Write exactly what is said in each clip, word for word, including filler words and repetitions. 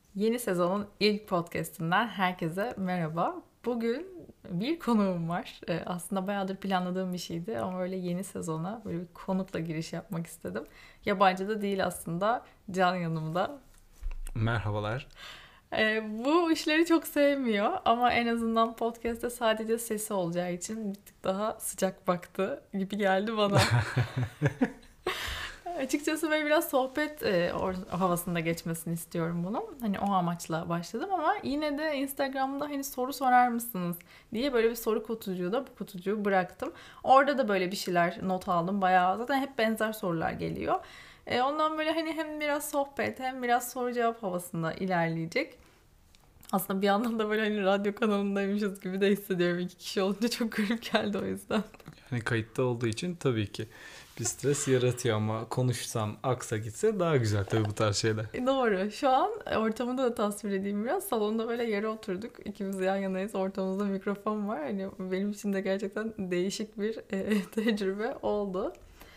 Yeni sezonun ilk podcastinden herkese merhaba. Bugün bir konuğum var. Ee, aslında bayağıdır planladığım bir şeydi ama öyle yeni sezona böyle bir konukla giriş yapmak istedim. Yabancı da değil aslında. Can yanımda. Merhabalar. Ee, bu işleri çok sevmiyor ama en azından podcast'te sadece sesi olacağı için bir tık daha sıcak baktı gibi geldi bana. Açıkçası böyle biraz sohbet e, or- havasında geçmesini istiyorum bunun. Hani o amaçla başladım ama yine de Instagram'da hani soru sorar mısınız diye böyle bir soru kutucuğu da bu kutucuğu bıraktım. Orada da böyle bir şeyler not aldım bayağı. Zaten hep benzer sorular geliyor. E, ondan böyle hani hem biraz sohbet hem biraz soru cevap havasında ilerleyecek. Aslında bir yandan da böyle hani radyo kanalındaymışız gibi de hissediyorum. İki kişi olunca çok garip geldi o yüzden. Yani kayıtta olduğu için tabii ki bir stres yaratıyor ama konuşsam aksa gitse daha güzel tabii bu tarz şeyler. E, Doğru. Şu an ortamı da tasvir edeyim biraz. Salonda böyle yere oturduk. İkimiz yan yanayız. Ortamızda mikrofon var. Hani benim için de gerçekten değişik bir e, tecrübe oldu.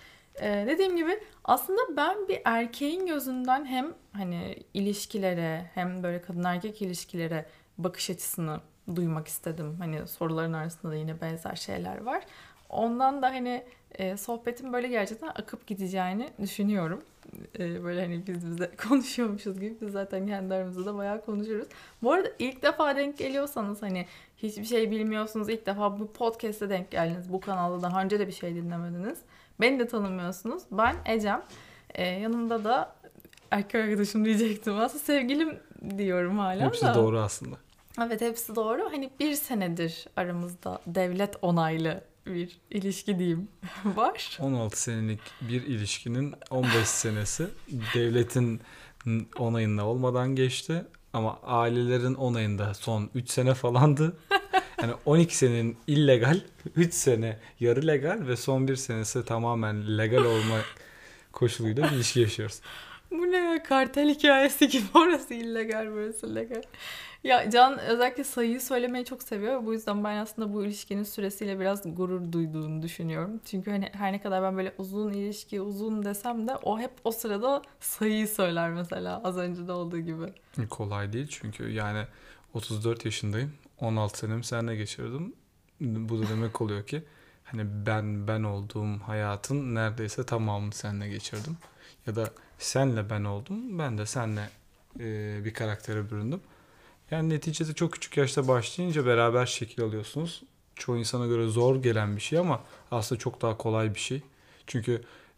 E, dediğim gibi aslında ben bir erkeğin gözünden hem hani ilişkilere hem böyle kadın erkek ilişkilere bakış açısını duymak istedim. Hani soruların arasında da yine benzer şeyler var. Ondan da hani e, sohbetin böyle gerçekten akıp gideceğini düşünüyorum. E, böyle hani biz bize konuşuyormuşuz gibi biz zaten kendi aramızda da bayağı konuşuruz. Bu arada ilk defa denk geliyorsanız hani hiçbir şey bilmiyorsunuz, ilk defa bu podcast'e denk geldiniz. Bu kanalda daha önce de bir şey dinlemediniz. Beni de tanımıyorsunuz. Ben Ecem. Ee, yanımda da erkek arkadaşım diyecektim. Aslında sevgilim diyorum hala Hepsi da. doğru aslında. Evet hepsi doğru. Hani bir senedir aramızda devlet onaylı bir ilişki diyeyim var. on altı senelik bir ilişkinin on beş senesi devletin onayında olmadan geçti. Ama ailelerin onayında son üç sene falandı. Yani on iki senenin illegal, üç sene yarı legal ve son bir senesi tamamen legal olma koşuluyla bir ilişki yaşıyoruz. Bu ne ya? Kartel hikayesi gibi orası illegal burası legal. Ya Can özellikle sayıyı söylemeyi çok seviyor. Bu yüzden ben aslında bu ilişkinin süresiyle biraz gurur duyduğunu düşünüyorum. Çünkü hani her ne kadar ben böyle uzun ilişki uzun desem de o hep o sırada sayıyı söyler mesela az önce de olduğu gibi. Kolay değil çünkü yani otuz dört yaşındayım. on altı senemi seninle geçirdim. Bu da demek oluyor ki hani ben ben olduğum hayatın neredeyse tamamını seninle geçirdim. Ya da senle ben oldum. Ben de senle e, bir karaktere büründüm. Yani neticede çok küçük yaşta başlayınca beraber şekil alıyorsunuz. Çoğu insana göre zor gelen bir şey ama aslında çok daha kolay bir şey. Çünkü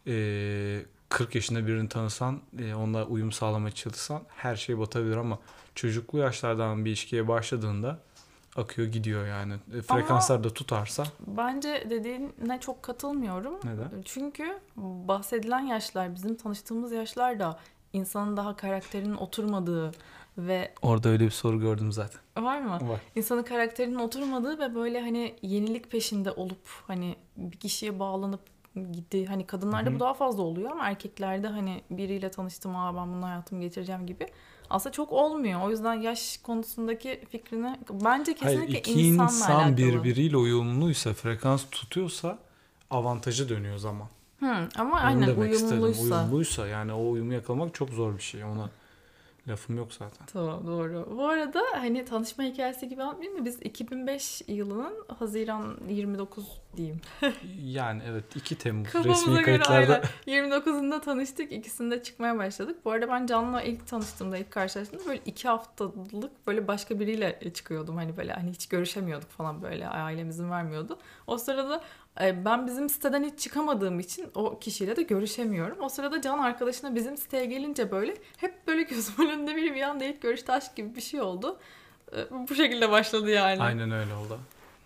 e, kırk yaşında birini tanısan, e, onunla uyum sağlamaya çalışsan her şey batabilir ama çocuklu yaşlardan bir ilişkiye başladığında akıyor gidiyor yani. E, Ama frekanslar da tutarsa bence dediğine çok katılmıyorum. neden? Çünkü bahsedilen yaşlar, bizim tanıştığımız yaşlar da insanın daha karakterinin oturmadığı ve Orada öyle bir soru gördüm zaten. var mı? Var. İnsanın karakterinin oturmadığı ve böyle hani yenilik peşinde olup hani bir kişiye bağlanıp gitti. Hani Hı kadınlarda bu hı. daha fazla oluyor ama erkeklerde hani biriyle tanıştım, aa ben bunun hayatımı geçireceğim gibi. Aslında çok olmuyor. O yüzden yaş konusundaki fikrini bence Hayır, kesinlikle iki insanla insan alakalı. birbiriyle uyumluysa, frekans tutuyorsa avantajı dönüyor zaman. Hı, ama Onu aynen demek istedim. uyumluysa. Uyumluysa yani o uyumu yakalamak çok zor bir şey. Ona lafım yok zaten. Tamam doğru. Bu arada hani tanışma hikayesi gibi anlatmayayım mı? Biz iki bin beş yılının Haziran yirmi dokuz diyeyim. Yani evet, iki Temmuz resmi Kafamıza göre kayıtlarda aynen. yirmi dokuzunda tanıştık. İkisinde çıkmaya başladık. Bu arada ben Can'la ilk tanıştığımda, ilk karşılaştığımda böyle iki haftalık böyle başka biriyle çıkıyordum. Hani böyle hani hiç görüşemiyorduk falan böyle. Ailemizin vermiyordu. O sırada e, ben bizim siteden hiç çıkamadığım için o kişiyle de görüşemiyorum. O sırada Can arkadaşına bizim siteye gelince böyle hep böyle gözümün önünde biri bir anda ilk görüş taş gibi bir şey oldu. E, Bu şekilde başladı yani. aynen öyle oldu.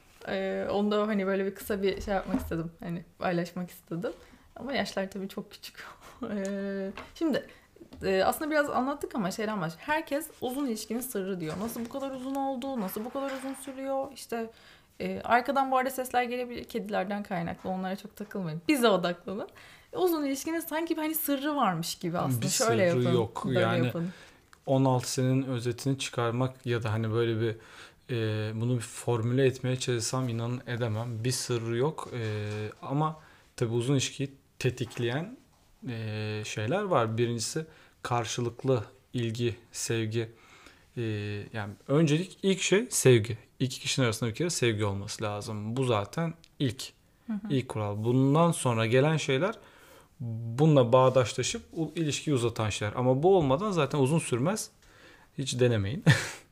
Ee, onu da hani böyle bir kısa bir şey yapmak istedim. Hani paylaşmak istedim. Ama yaşlar tabii çok küçük. Ee, şimdi e, aslında biraz anlattık ama şeyden baş. Herkes uzun ilişkinin sırrı diyor. Nasıl bu kadar uzun oldu? Nasıl bu kadar uzun sürüyor? İşte e, arkadan bu arada sesler gelebilir. Kedilerden kaynaklı. Onlara çok takılmayın. Bize odaklanın. E, uzun ilişkinin sanki bir hani sırrı varmış gibi Bir aslında. Şöyle sırrı yapın, yok. böyle Yani yapın. on altı senenin özetini çıkarmak ya da hani böyle bir e, bunu bir formüle etmeye çalışsam inanın edemem. Bir sırrı yok. E, ama tabii uzun ilişkiyi tetikleyen e, şeyler var. Birincisi karşılıklı ilgi, sevgi. Ee, yani öncelik ilk şey sevgi. İki kişinin arasında bir kere sevgi olması lazım. Bu zaten ilk. Hı hı. ilk kural. Bundan sonra gelen şeyler bununla bağdaşlaşıp o ilişkiyi uzatan şeyler. Ama bu olmadan zaten uzun sürmez. Hiç denemeyin.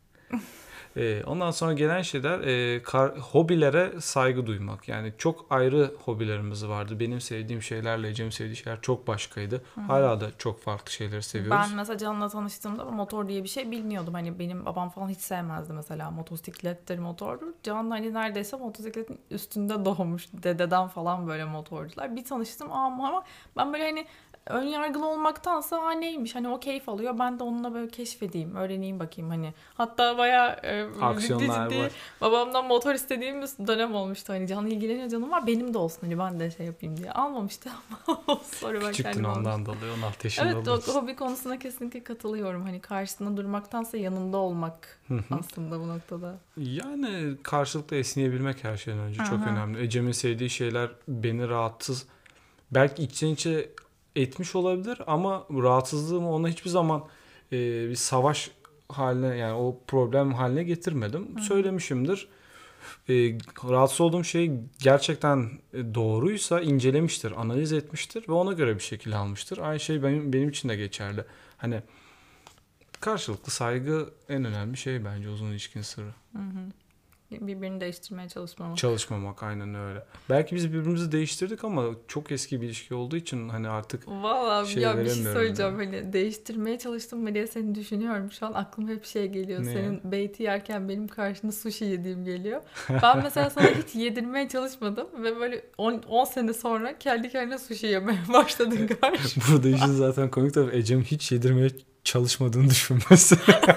Ee, ondan sonra gelen şeyler e, kar, hobilere saygı duymak. Yani çok ayrı hobilerimiz vardı. Benim sevdiğim şeylerle Ecem'in sevdiği şeyler çok başkaydı. Hı hı. Hala da çok farklı şeyleri seviyoruz. Ben mesela Can'la tanıştığımda motor diye bir şey bilmiyordum. Hani benim babam falan hiç sevmezdi mesela motosiklettir, motordur. Can hani neredeyse motosikletin üstünde doğmuş dededen falan böyle motorcular. Bir tanıştım ama, ama ben böyle hani ön yargılı olmaktansa ha neymiş hani o keyif alıyor. Ben de onunla böyle keşfedeyim, öğreneyim bakayım hani. Hatta bayağı e, ciddi Aksiyonlar ciddi var. babamdan motor istediğim bir dönem olmuştu. Hani Can ilgileniyor canım var benim de olsun hani ben de şey yapayım diye. Almamıştı ama sonra ben Küçüktün kendim almıştım. ondan dolayı. on altı yaşında Evet, o olursun. hobi konusuna kesinlikle katılıyorum. Hani karşısında durmaktansa yanında olmak Hı hı. aslında bu noktada. Yani karşılıklı esneyebilmek her şeyden önce çok Aha. önemli. Ecem'in sevdiği şeyler beni rahatsız, belki içten içe etmiş olabilir ama rahatsızlığımı ona hiçbir zaman e, bir savaş haline, yani o problem haline getirmedim. Hı hı. Söylemişimdir. E, rahatsız olduğum şey gerçekten doğruysa incelemiştir, analiz etmiştir ve ona göre bir şekil almıştır. Aynı şey benim benim için de geçerli. Hani karşılıklı saygı en önemli şey bence uzun ilişkinin sırrı. Hı hı. Birbirini değiştirmeye çalışmamak. Çalışmamak, aynen öyle. Belki biz birbirimizi değiştirdik ama çok eski bir ilişki olduğu için hani artık Valla şey ya bir şey veremiyorum söyleyeceğim yani. hani değiştirmeye çalıştım mı diye seni düşünüyorum. Şu an aklıma hep şey geliyor. Ne? Senin beyti yerken benim karşında sushi yediğim geliyor. Ben mesela sana hiç yedirmeye çalışmadım ve böyle on sene sonra kendi kendine sushi yemeye başladın karşıma. Burada işin zaten komik tarafı Ecem hiç yedirmeye çalışmadığını düşünmesi.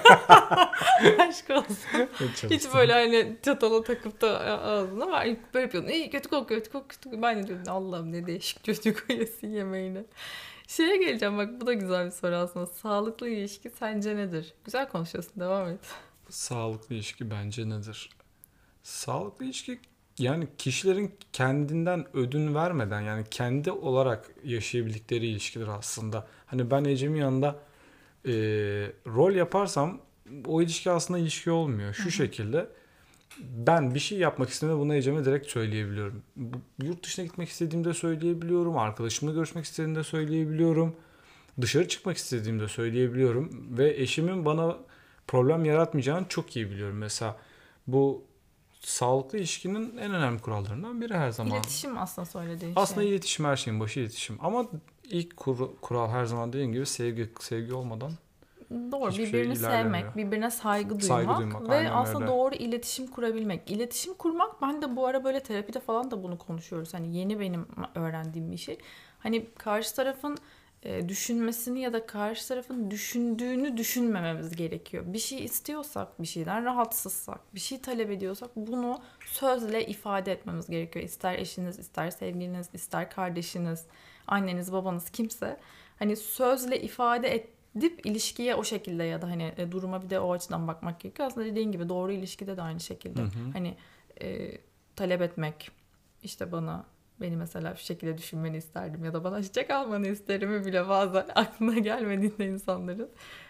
Aşk olsun. Hiç böyle hani çatala takıp da ağzına var. Böyle yapıyordun. İyi kötü kokuyor, kötü kokuyor. Kötü kokuyor. Ben de diyordum Allah'ım ne değişik çocuk yesin yemeğini. Şeye geleceğim bak bu da güzel bir soru aslında. Sağlıklı ilişki sence nedir? Güzel konuşuyorsun devam et. Sağlıklı ilişki bence nedir? Sağlıklı ilişki yani kişilerin kendinden ödün vermeden yani kendi olarak yaşayabildikleri ilişkiler aslında. Hani ben Ecem'in yanında e, rol yaparsam o ilişki aslında ilişki olmuyor. Şu Hı hı. şekilde ben bir şey yapmak istediğimde bunu Ecem'e direkt söyleyebiliyorum. Bu- Yurt dışına gitmek istediğimde söyleyebiliyorum. Arkadaşımla görüşmek istediğimde söyleyebiliyorum. Dışarı çıkmak istediğimde söyleyebiliyorum. Ve eşimin bana problem yaratmayacağını çok iyi biliyorum. Mesela bu sağlıklı ilişkinin en önemli kurallarından biri her zaman. İletişim aslında söylediğin Aslında şey. iletişim, her şeyin başı iletişim. Ama ilk kur- kural her zaman dediğim gibi sevgi. Sevgi olmadan Doğru, hiçbir şey birbirini ilerlemiyor. sevmek, birbirine saygı duymak Saygı duymak, ve aynen aslında öyle. doğru iletişim kurabilmek. İletişim kurmak, ben de bu ara böyle terapide falan da bunu konuşuyoruz. Hani yeni benim öğrendiğim bir şey. Hani karşı tarafın e, düşünmesini ya da karşı tarafın düşündüğünü düşünmememiz gerekiyor. Bir şey istiyorsak, bir şeyden rahatsızsak, bir şey talep ediyorsak bunu sözle ifade etmemiz gerekiyor. İster eşiniz, ister sevgiliniz, ister kardeşiniz, anneniz, babanız kimse. Hani sözle ifade et dip ilişkiye o şekilde ya da hani e, duruma bir de o açıdan bakmak gerekiyor. Aslında dediğin gibi doğru ilişkide de aynı şekilde. Hı hı. Hani e, talep etmek işte bana beni mesela şu şekilde düşünmeni isterdim ya da bana çiçek almanı isterimi bile bazen aklına gelmediğinde insanların.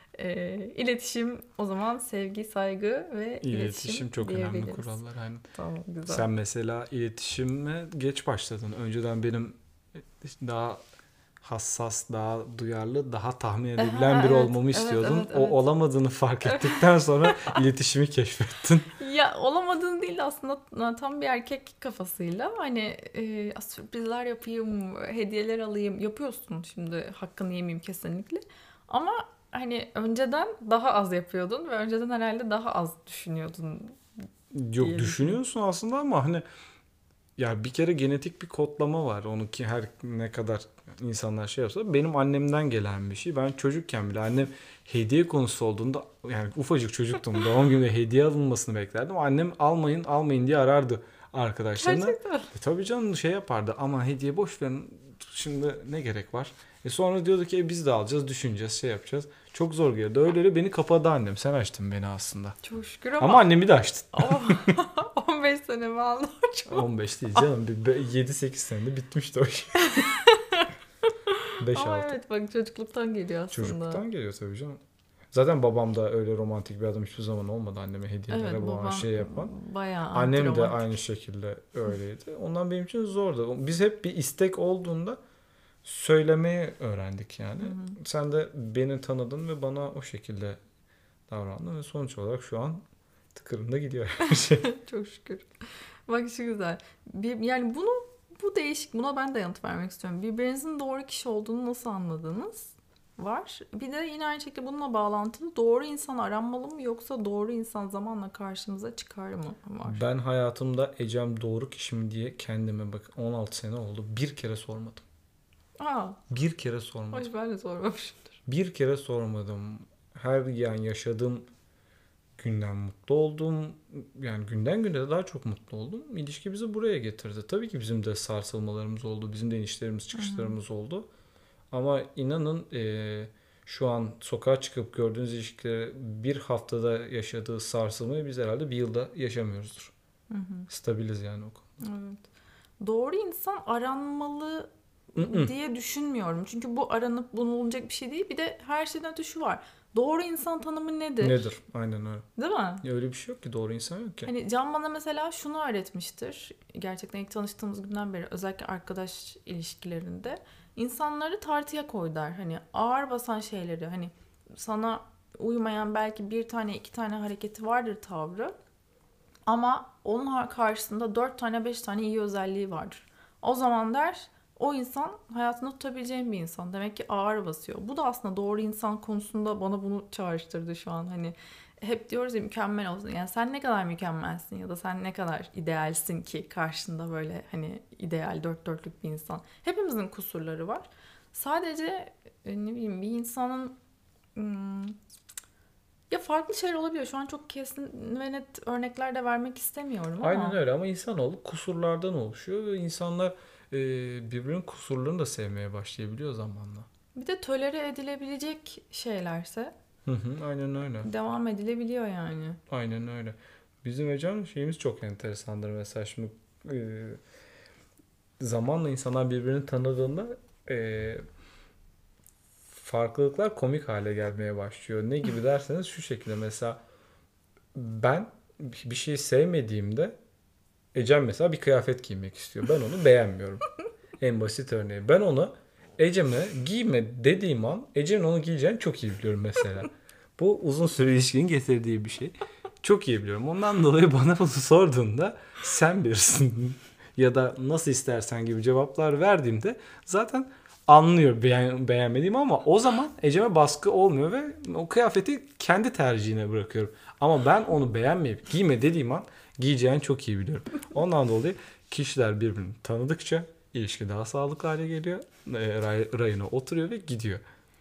E, iletişim o zaman sevgi, saygı ve iletişim, İletişim çok önemli diyebiliriz. kurallar. Aynen. Tamam, güzel. Sen mesela iletişime geç başladın. Önceden benim daha hassas, daha duyarlı, daha tahmin edebilen Aha, biri evet, olmamı evet, istiyordun. evet, O evet. olamadığını fark ettikten sonra iletişimi keşfettin. Ya olamadığın değil aslında tam bir erkek kafasıyla hani e, sürprizler yapayım, hediyeler alayım yapıyorsun şimdi hakkını yemeyeyim kesinlikle. Ama hani önceden daha az yapıyordun ve önceden herhalde daha az düşünüyordun Yok, diye düşünüyorum. düşünüyorsun aslında ama hani ya bir kere genetik bir kodlama var. Onu ki her ne kadar insanlar şey yapsa benim annemden gelen bir şey. Ben çocukken bile annem hediye konusu olduğunda yani ufacık çocuktum. Doğum günü hediye alınmasını beklerdim. Annem almayın almayın diye arardı arkadaşlarına. Gerçekten. E tabii canım şey yapardı ama hediye boş verin şimdi ne gerek var. E sonra diyordu ki e biz de alacağız düşüneceğiz şey yapacağız. Çok zor geldi. Öyle öyle beni kapadı annem. Sen açtın beni aslında. Çok şükür ama, Ama annemi de açtın. on beş sene mi aldı çok. on beş değil canım. yedi sekiz senede bitmişti o iş. beş Ama altı. evet bak çocukluktan geliyor aslında. Çocukluktan geliyor tabii canım. Zaten babam da öyle romantik bir adam hiçbir zaman olmadı. Anneme hediyelere Evet, bu an babam şey yapan. bayağı Annem de anti-romantik. aynı şekilde öyleydi. Ondan benim için zordu. Biz hep bir istek olduğunda söylemeyi öğrendik yani. Hı hı. Sen de beni tanıdın ve bana o şekilde davrandın ve sonuç olarak şu an tıkırında gidiyor her şey. Çok şükür. Bak şu güzel. Bir, yani bunu bu değişik. Buna ben de yanıt vermek istiyorum. Birbirinizin doğru kişi olduğunu nasıl anladınız? Var. Bir de yine aynı şekilde bununla bağlantılı doğru insan aranmalı mı yoksa doğru insan zamanla karşımıza çıkar mı var? Ben hayatımda Ecem doğru kişi mi diye kendime bak on altı sene oldu. Bir kere sormadım. Aa, Bir kere sormadım. hoş ben de sormamışımdır. Bir kere sormadım. Her yani yaşadığım günden mutlu oldum. Yani günden güne de daha çok mutlu oldum. İlişki bizi buraya getirdi. Tabii ki bizim de sarsılmalarımız oldu. Bizim de inişlerimiz, çıkışlarımız oldu. Ama inanın eee, şu an sokağa çıkıp gördüğünüz ilişkileri bir haftada yaşadığı sarsılmayı biz herhalde bir yılda yaşamıyoruzdur. Hı hı. Stabiliz yani o konuda. Evet. Doğru insan aranmalı Mm-mm. diye düşünmüyorum. Çünkü bu aranıp bulunacak bir şey değil. Bir de her şeyden öte şu var. Doğru insan tanımı nedir? Nedir? Aynen öyle. Değil mi? Ya öyle bir şey yok ki. Doğru insan yok ki. Hani Can bana mesela şunu öğretmiştir. Gerçekten ilk tanıştığımız günden beri özellikle arkadaş ilişkilerinde insanları tartıya koy der. Hani ağır basan şeyleri hani sana uymayan belki bir tane iki tane hareketi vardır tavrı. Ama onun karşısında dört tane beş tane iyi özelliği vardır. O zaman der o insan hayatında tutabileceğin bir insan. Demek ki ağır basıyor. Bu da aslında doğru insan konusunda bana bunu çağrıştırdı şu an. Hani hep diyoruz ya mükemmel olsun. Yani sen ne kadar mükemmelsin ya da sen ne kadar idealsin ki karşında böyle hani ideal dört dörtlük bir insan. Hepimizin kusurları var. Sadece e, ne bileyim bir insanın hmm, ya farklı şeyler olabiliyor. Şu an çok kesin ve net örnekler de vermek istemiyorum ama. Aynen öyle ama insanoğlu kusurlardan oluşuyor ve insanlar e, birbirinin kusurlarını da sevmeye başlayabiliyor zamanla. Bir de tolere edilebilecek şeylerse Hı hı, aynen öyle. devam edilebiliyor yani. Aynen öyle. Bizim Ecem şeyimiz çok enteresandır mesela şimdi e, zamanla insanlar birbirini tanıdığında e, farklılıklar komik hale gelmeye başlıyor. Ne gibi derseniz şu şekilde mesela ben bir şey sevmediğimde Ecem mesela bir kıyafet giymek istiyor. Ben onu beğenmiyorum. En basit örneği. Ben onu Ecem'e giyme dediğim an Ecem'in onu giyeceğini çok iyi biliyorum mesela. Bu uzun süre ilişkinin getirdiği bir şey. Çok iyi biliyorum. Ondan dolayı bana bunu sorduğunda sen bilirsin ya da nasıl istersen gibi cevaplar verdiğimde zaten anlıyor beğen, beğenmediğimi ama o zaman Ecem'e baskı olmuyor ve o kıyafeti kendi tercihine bırakıyorum. Ama ben onu beğenmeyip giyme dediğim an giyeceğini çok iyi biliyorum. Ondan dolayı kişiler birbirini tanıdıkça ilişki daha sağlıklı hale geliyor. E, ray, rayına oturuyor ve gidiyor.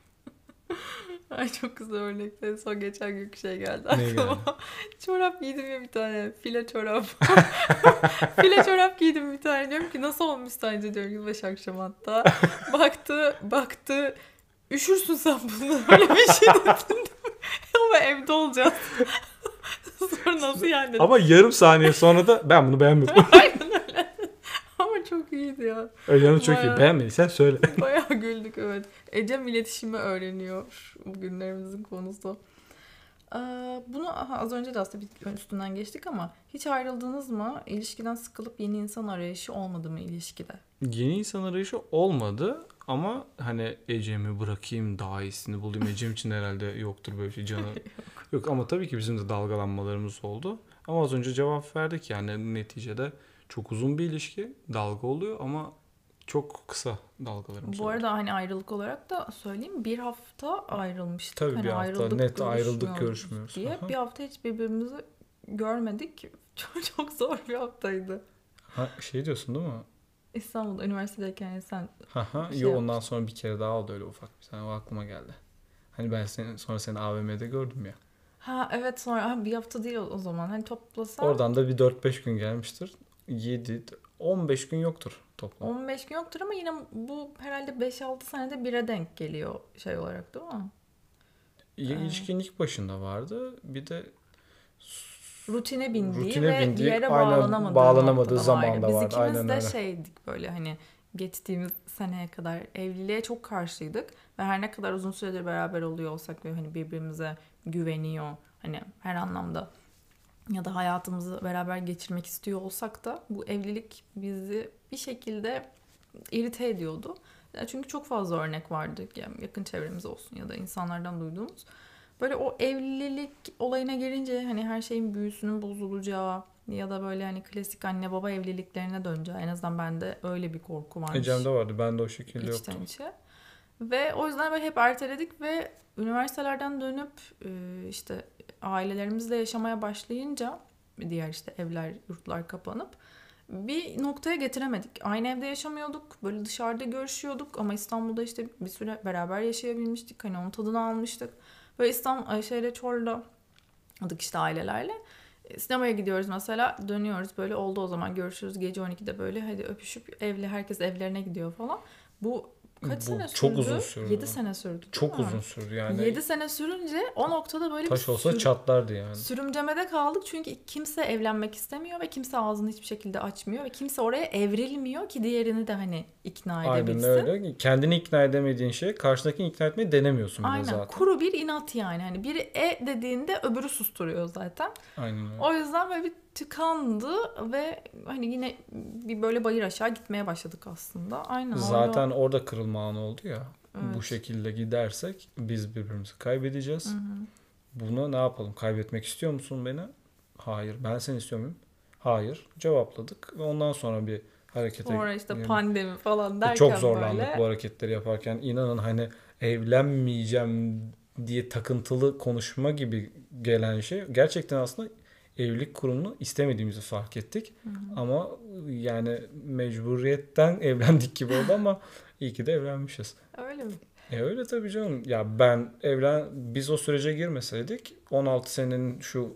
Ay çok güzel örnek. En son geçen gün şey geldi Ne geldi? aklıma. Çorap giydim ya bir tane. File çorap. File çorap giydim bir tane. Diyorum ki nasıl olmuş sence diyorum yılbaşı akşamı hatta. Baktı baktı. Üşürsün sen bunu. Öyle bir şey dedim. Ama evde olacağız. Sonra nasıl yani dedim. Ama yarım saniye sonra da ben bunu beğenmedim. Aynen öyle. Ama çok iyiydi ya. Öyle çok iyi. Bayağı- Beğenmediysen söyle. Bayağı güldük evet. Ecem iletişimi öğreniyor bugünlerimizin konusu. Ee, bunu aha, az önce de aslında bir üstünden geçtik ama hiç ayrıldınız mı? İlişkiden sıkılıp yeni insan arayışı olmadı mı ilişkide? Yeni insan arayışı olmadı ama hani Ecem'i bırakayım daha iyisini bulayım. Ecem için herhalde yoktur böyle bir şey canı. Yok ama tabii ki bizim de dalgalanmalarımız oldu. Ama az önce cevap verdik yani neticede çok uzun bir ilişki dalga oluyor ama çok kısa dalgalarımız Bu oldu. arada hani ayrılık olarak da söyleyeyim bir hafta ayrılmıştık. Tabii hani bir hafta ayrıldık, net ayrıldık görüşmüyoruz görüşmüyoruz. diye Aha. bir hafta hiç birbirimizi görmedik. Çok, çok zor bir haftaydı. Ha, şey diyorsun değil mi? İstanbul'da üniversitedeyken yani sen Haha. şey Yo yapmıştın. ondan sonra bir kere daha oldu öyle ufak bir tane o aklıma geldi. Hani ben seni sonra seni A V M'de gördüm ya. Ha evet sonra ha, bir hafta değil o, o zaman. Hani toplasan Oradan da bir dört beş gün gelmiştir. yedi on beş gün yoktur toplam. on beş gün yoktur ama yine bu herhalde beş altı senede bire denk geliyor şey olarak değil mi? İ- Ee, İlişkinin ilk başında vardı. Bir de Rutine bindiği Rutine ve bindiği, bir yere aynen bağlanamadığı, bağlanamadığı noktadan zaman ayrı. da Biz vardı. ikimiz Aynen de öyle. şeydik böyle hani geçtiğimiz seneye kadar evliliğe çok karşıydık. Ve her ne kadar uzun süredir beraber oluyor olsak ve hani birbirimize güveniyor, hani her anlamda ya da hayatımızı beraber geçirmek istiyor olsak da bu evlilik bizi bir şekilde irite ediyordu. Çünkü çok fazla örnek vardı, yani yakın çevremiz olsun ya da insanlardan duyduğumuz. Böyle o evlilik olayına gelince hani her şeyin büyüsünün bozulacağı ya da böyle hani klasik anne baba evliliklerine döneceği, en azından bende öyle bir korku varmış. Ecem'de vardı, bende o şekilde İçten yoktu. içe. Ve o yüzden böyle hep erteledik ve üniversitelerden dönüp işte ailelerimizle yaşamaya başlayınca, diğer işte evler, yurtlar kapanıp bir noktaya getiremedik. Aynı evde yaşamıyorduk. Böyle dışarıda görüşüyorduk ama İstanbul'da işte bir süre beraber yaşayabilmiştik. Hani onun tadını almıştık. Böyle İstanbul, şeyle Çorlu'da adık işte ailelerle. Sinemaya gidiyoruz mesela, dönüyoruz böyle, oldu o zaman görüşürüz gece on ikide böyle hadi öpüşüp evli, herkes evlerine gidiyor falan. Bu kaç Bu sene sürdü? çok uzun sürdü. yedi sene sürdü. Çok mi? uzun sürdü yani. yedi sene sürünce o noktada böyle Taş bir olsa sür- çatlardı yani. sürümcemede kaldık çünkü kimse evlenmek istemiyor ve kimse ağzını hiçbir şekilde açmıyor ve kimse oraya evrilmiyor ki diğerini de hani ikna edebilsin. Aynen öyle. Kendini ikna edemediğin şey karşıdakini ikna etmeyi denemiyorsun bile Aynen. zaten. Kuru bir inat yani. Hani biri e dediğinde öbürü susturuyor zaten. Aynen öyle. O yüzden böyle bir tıkandı ve hani yine bir böyle bayır aşağı gitmeye başladık aslında. Aynen. Zaten öyle. orada kırılma anı oldu ya. Evet. Bu şekilde gidersek biz birbirimizi kaybedeceğiz. Hı hı. Buna ne yapalım? Kaybetmek istiyor musun beni? Hayır. Ben seni istiyor muyum? Hayır. Cevapladık ve ondan sonra bir harekete... Sonra işte yani pandemi falan derken çok zorlandık böyle. bu hareketleri yaparken. İnanın hani evlenmeyeceğim diye takıntılı konuşma gibi gelen şey gerçekten aslında evlilik kurumunu istemediğimizi fark ettik. Hı hı. Ama yani mecburiyetten evlendik gibi oldu ama iyi ki de evlenmişiz. Öyle mi? E öyle tabii canım. Ya ben evlen biz o sürece girmeseydik on altı senenin şu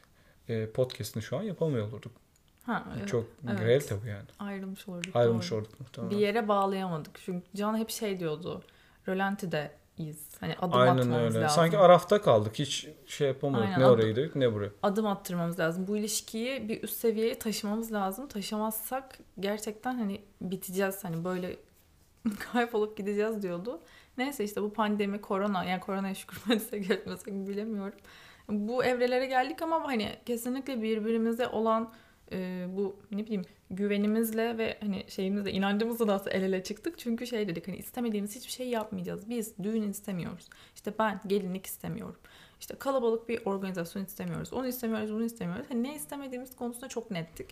e, podcast'ini şu an yapamıyor olurduk. Ha, evet. Çok Evet. realite bu yani. Ayrılmış olurduk. Ayrılmış doğru. olduk muhtemelen. Bir yere bağlayamadık. Çünkü Can hep şey diyordu. Rölantideyiz. Hani adım Aynen atmamız öyle. lazım. Sanki arafta kaldık. Hiç şey yapamadık. Aynen, Ne adım- oraya gidelim ne buraya. adım attırmamız lazım. Bu ilişkiyi bir üst seviyeye taşımamız lazım. Taşımazsak gerçekten hani biteceğiz. Hani böyle kaybolup gideceğiz diyordu. Neyse işte bu pandemi, korona, yani koronaya şükürmediysek etmesek bilemiyorum. Bu evrelere geldik ama hani kesinlikle birbirimize olan e, bu ne bileyim güvenimizle ve hani şeyimizle, inancımızla da el ele çıktık. Çünkü şey dedik, hani istemediğimiz hiçbir şey yapmayacağız. Biz düğün istemiyoruz. İşte ben gelinlik istemiyorum. İşte kalabalık bir organizasyon istemiyoruz. Onu istemiyoruz, bunu istemiyoruz. Hani ne istemediğimiz konusunda çok nettik.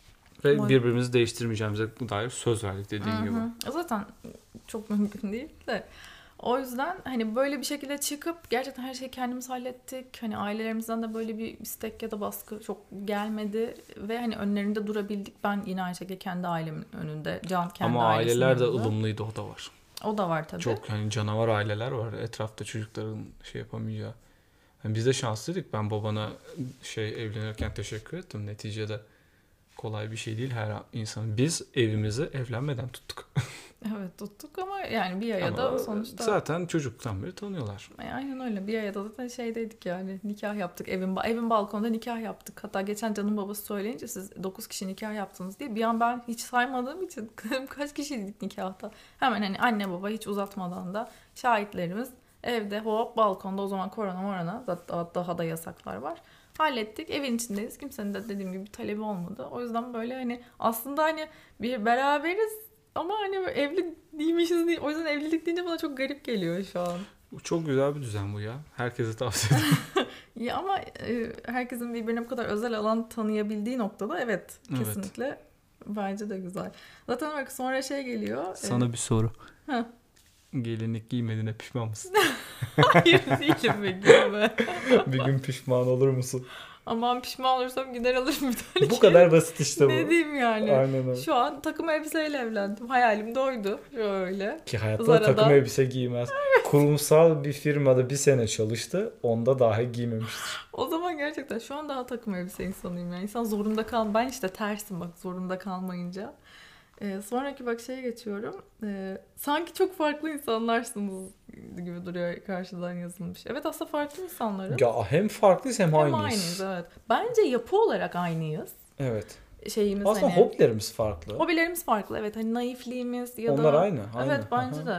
Ve Ama- birbirimizi değiştirmeyeceğimize dair söz verdik dediğin Hı gibi. hı. Zaten çok mümkün değil de. O yüzden hani böyle bir şekilde çıkıp gerçekten her şeyi kendimiz hallettik. Hani ailelerimizden de böyle bir istek ya da baskı çok gelmedi ve hani önlerinde durabildik. Ben yine aynı şekilde kendi ailemin önünde, Can kendi Ama ailesinin aileler de önünde. ılımlıydı, o da var. O da var tabii. Çok hani canavar aileler var. Etrafta çocukların şey yapamayacağı. Yani biz de şanslıydık. Ben babana şey evlenirken teşekkür ettim. Neticede kolay bir şey değil her insan. Biz evimizi evlenmeden tuttuk. Evet tuttuk ama yani bir aya da Ama sonuçta. zaten çocuktan beri tanıyorlar. Aynen öyle. Bir aya da zaten şeydeydik yani, nikah yaptık. Evin, evin balkonunda nikah yaptık. Hatta geçen Can'ın babası söyleyince siz dokuz kişi nikah yaptınız diye. Bir an ben hiç saymadığım için kaç kişiydik nikahta. Hemen hani anne baba hiç uzatmadan da şahitlerimiz evde, hop balkonda, o zaman korona morona zaten daha da yasaklar var. Hallettik. Evin içindeyiz. Kimsenin de dediğim gibi bir talebi olmadı. O yüzden böyle hani aslında hani bir beraberiz ama hani evli değilmişiz değil. O yüzden evlilik deyince bana çok garip geliyor şu an. Çok güzel bir düzen bu ya. Herkese tavsiye ederim. Ya ama e, herkesin birbirine bu kadar özel alan tanıyabildiği noktada evet, Evet. kesinlikle bence de güzel. Zaten bak sonra şey geliyor. Sana e, bir soru. Heh. Gelinlik giymediğine pişman mısın? Hayır değilim be gülme. Bir gün pişman olur musun? Aman pişman olursam gider alırım bir tane. Bu kadar basit işte bu. Ne diyeyim yani. Aynen öyle. Şu an takım elbiseyle evlendim. Hayalim de oydu. Şöyle. Ki hayatta Zara'dan. takım elbise giymez. Kurumsal bir firmada bir sene çalıştı. Onda dahi giymemiştir. O zaman gerçekten şu an daha takım elbise insanıyım. Yani insan zorunda kal. Ben işte tersim bak, zorunda kalmayınca. Ee, sonraki bak şeye geçiyorum. Ee, sanki çok farklı insanlarsınız gibi duruyor karşıdan yazılmış. Evet aslında farklı insanlarız. Ya hem farklıyız hem, Hem aynıyız. aynıyız evet. Bence yapı olarak aynıyız. Evet. Şeyimiz Aslında hani. hobilerimiz farklı. Hobilerimiz farklı evet. Hani naifliğimiz ya da. Onlar aynı. aynı. Evet bence Aha. de.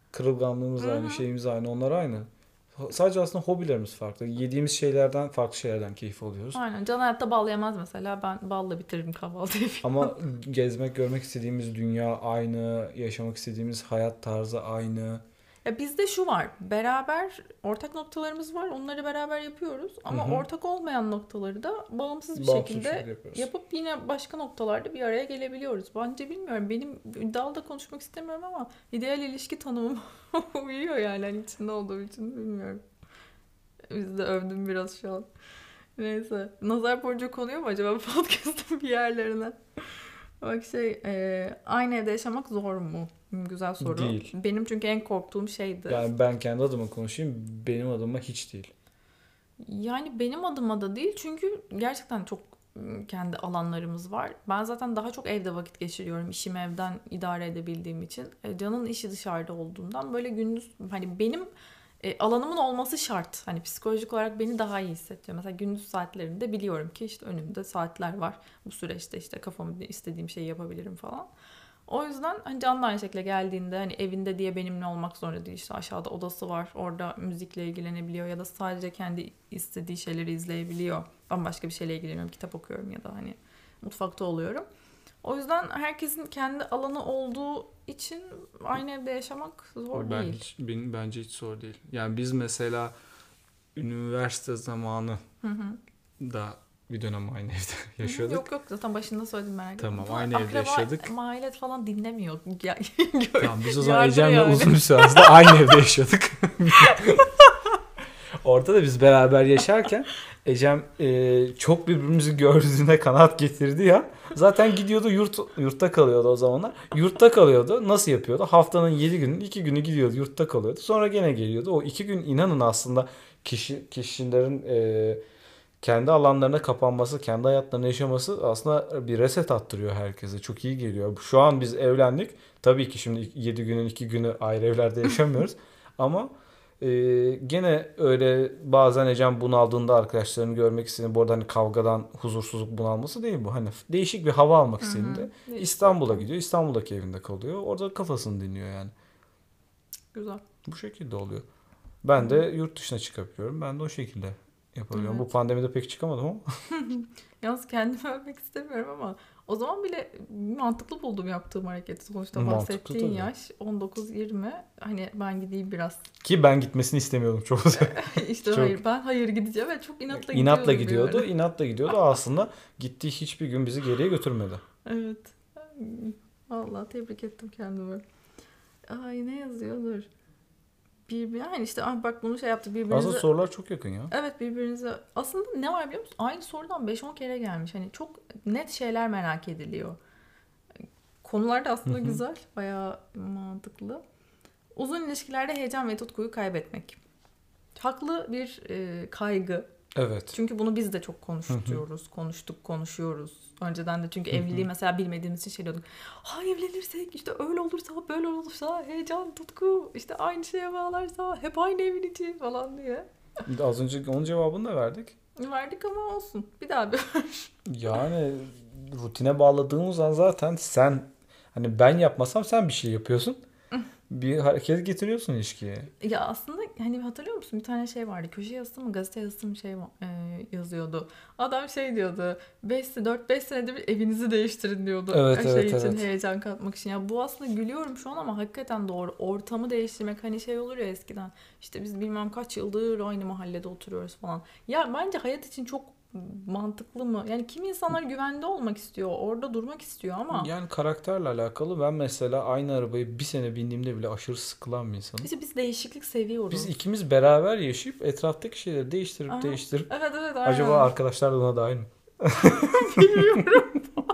Kırılganlığımız Hı aynı, hı. şeyimiz aynı, onlar aynı. Sadece aslında hobilerimiz farklı. Yediğimiz şeylerden, farklı şeylerden keyif alıyoruz. Aynen. Can hayatta bal yemez mesela. Ben balla bitiririm kahvaltıyı. Ama gezmek, görmek istediğimiz dünya aynı, yaşamak istediğimiz hayat tarzı aynı. Ya bizde şu var. Beraber ortak noktalarımız var. Onları beraber yapıyoruz. Hı Ama hı. ortak olmayan noktaları da bağımsız bir Bağımsız bir şekilde şekilde yapıyoruz. yapıp yine başka noktalarda bir araya gelebiliyoruz. Bence bilmiyorum. Benim iddialı da konuşmak istemiyorum ama ideal ilişki tanımım uyuyor yani. Hani içinde olduğum için bilmiyorum. Biz de övdüm biraz şu an. Neyse. Nazar boncuğu konuyor mu acaba podcast'ın bir yerlerine? Bak şey, e, aynı evde yaşamak zor mu? Hmm, Güzel soru. Değil. Benim çünkü en korktuğum şeydi. Yani ben kendi adıma konuşayım. Benim adıma hiç değil. Yani benim adıma da değil çünkü gerçekten çok ım, kendi alanlarımız var. Ben zaten daha çok evde vakit geçiriyorum işimi evden idare edebildiğim için. E, Can'ın işi dışarıda olduğundan böyle gündüz hani benim e, alanımın olması şart. Hani psikolojik olarak beni daha iyi hissettiriyor. Mesela gündüz saatlerinde biliyorum ki işte önümde saatler var. Bu süreçte işte kafamı istediğim şeyi yapabilirim falan. O yüzden hani Can da aynı şekilde geldiğinde hani evinde diye benimle olmak zorunda değil. İşte aşağıda odası var. Orada müzikle ilgilenebiliyor ya da sadece kendi istediği şeyleri izleyebiliyor. Bambaşka bir şeyle ilgileniyorum. Kitap okuyorum ya da hani mutfakta oluyorum. O yüzden herkesin kendi alanı olduğu için aynı evde yaşamak zor Ben değil. hiç, ben, bence hiç zor değil. Yani biz mesela üniversite zamanı Hı hı. da bir dönem aynı evde Hı hı. yaşıyorduk. Yok yok zaten başında söyledim merak etme. Tamam, Bu aynı evde akraba, yaşadık. mahalle falan dinlemiyor. Ya- Tamam, biz o zaman Yardım Ecem'le yani. uzun bir süre aslında aynı evde yaşıyorduk. Orada da biz beraber yaşarken Ecem e, çok birbirimizi gördüğüne kanaat getirdi ya. Zaten gidiyordu yurt yurtta kalıyordu o zamanlar. Yurtta kalıyordu. Nasıl yapıyordu? Haftanın yedi günün iki günü gidiyordu yurtta kalıyordu. Sonra gene geliyordu. O iki gün inanın aslında kişi kişilerin e, kendi alanlarına kapanması, kendi hayatlarını yaşaması aslında bir reset attırıyor herkese. Çok iyi geliyor. Şu an biz evlendik. Tabii ki şimdi yedi günün iki günü ayrı evlerde yaşamıyoruz. Ama e, gene öyle bazen Ecem bunaldığında arkadaşlarını görmek istediğinde, bu arada hani kavgadan huzursuzluk bunalması değil bu. Hani değişik bir hava almak Hı hı. istediğinde Değişik İstanbul'a ortam. gidiyor. İstanbul'daki evinde kalıyor. Orada kafasını dinliyor yani. Güzel. Bu şekilde oluyor. Hı. Ben de yurt dışına çıkabiliyorum. Ben de o şekilde yapabiliyorum. Bu Evet. pandemide pek çıkamadım ama. Yalnız kendimi övmek istemiyorum ama o zaman bile mantıklı buldum yaptığım hareketi. Sonuçta Mantıklı bahsettiğin tabii. yaş on dokuz yirmi. Hani ben gideyim biraz. Ki ben gitmesini istemiyordum çok. İşte Çok hayır ben hayır gideceğim ve çok inatla inatla gidiyordum bir gidiyordu. ara. İnatla gidiyordu. Aslında gittiği hiçbir gün bizi geriye götürmedi. Evet. Vallahi tebrik ettim kendimi. Ay ne yazıyordur. Bir, yani işte ah bak bunu şey yaptı Aslında birbirinize. sorular çok yakın ya. Evet birbirinize. Aslında ne var biliyor musun? Aynı sorudan beş on kere gelmiş. Hani çok net şeyler merak ediliyor. Konular da Hı aslında hı. güzel. Bayağı mantıklı. Uzun ilişkilerde heyecan ve tutkuyu kaybetmek. Haklı bir e, kaygı. Evet. Çünkü bunu biz de çok Hı hı. konuşuyoruz. Konuştuk, konuşuyoruz. Önceden de çünkü Hı hı. evliliği mesela bilmediğimiz için şey diyorduk. Ha evlenirsek işte öyle olursa, böyle olursa heyecan, tutku işte aynı şeye bağlarsa hep aynı evin içi falan diye. Az önce onun cevabını da verdik. Verdik ama olsun. Bir daha bir. Yani rutine bağladığımız an zaten sen, hani ben yapmasam sen bir şey yapıyorsun. Bir hareket getiriyorsun ilişkiye. Ya aslında hani hatırlıyor musun bir tane şey vardı köşe yazısı mı gazete yazısı mı şey e, yazıyordu. Adam şey diyordu beş dört beş senede bir evinizi değiştirin diyordu. Evet, Şey evet, için evet. heyecan katmak için. Ya bu aslında gülüyorum şu an ama hakikaten doğru. Ortamı değiştirmek hani şey olur ya eskiden işte biz bilmem kaç yıldır aynı mahallede oturuyoruz falan. Ya bence hayat için çok mantıklı mı? Yani kimi insanlar güvende olmak istiyor, orada durmak istiyor ama Yani karakterle alakalı, ben mesela aynı arabayı bir sene bindiğimde bile aşırı sıkılan bir insanım. işte biz değişiklik seviyoruz. Biz ikimiz beraber yaşayıp etraftaki şeyleri değiştirip Aha. değiştirip Evet evet acaba aynen. arkadaşlar da buna dahil mi? Bilmiyorum.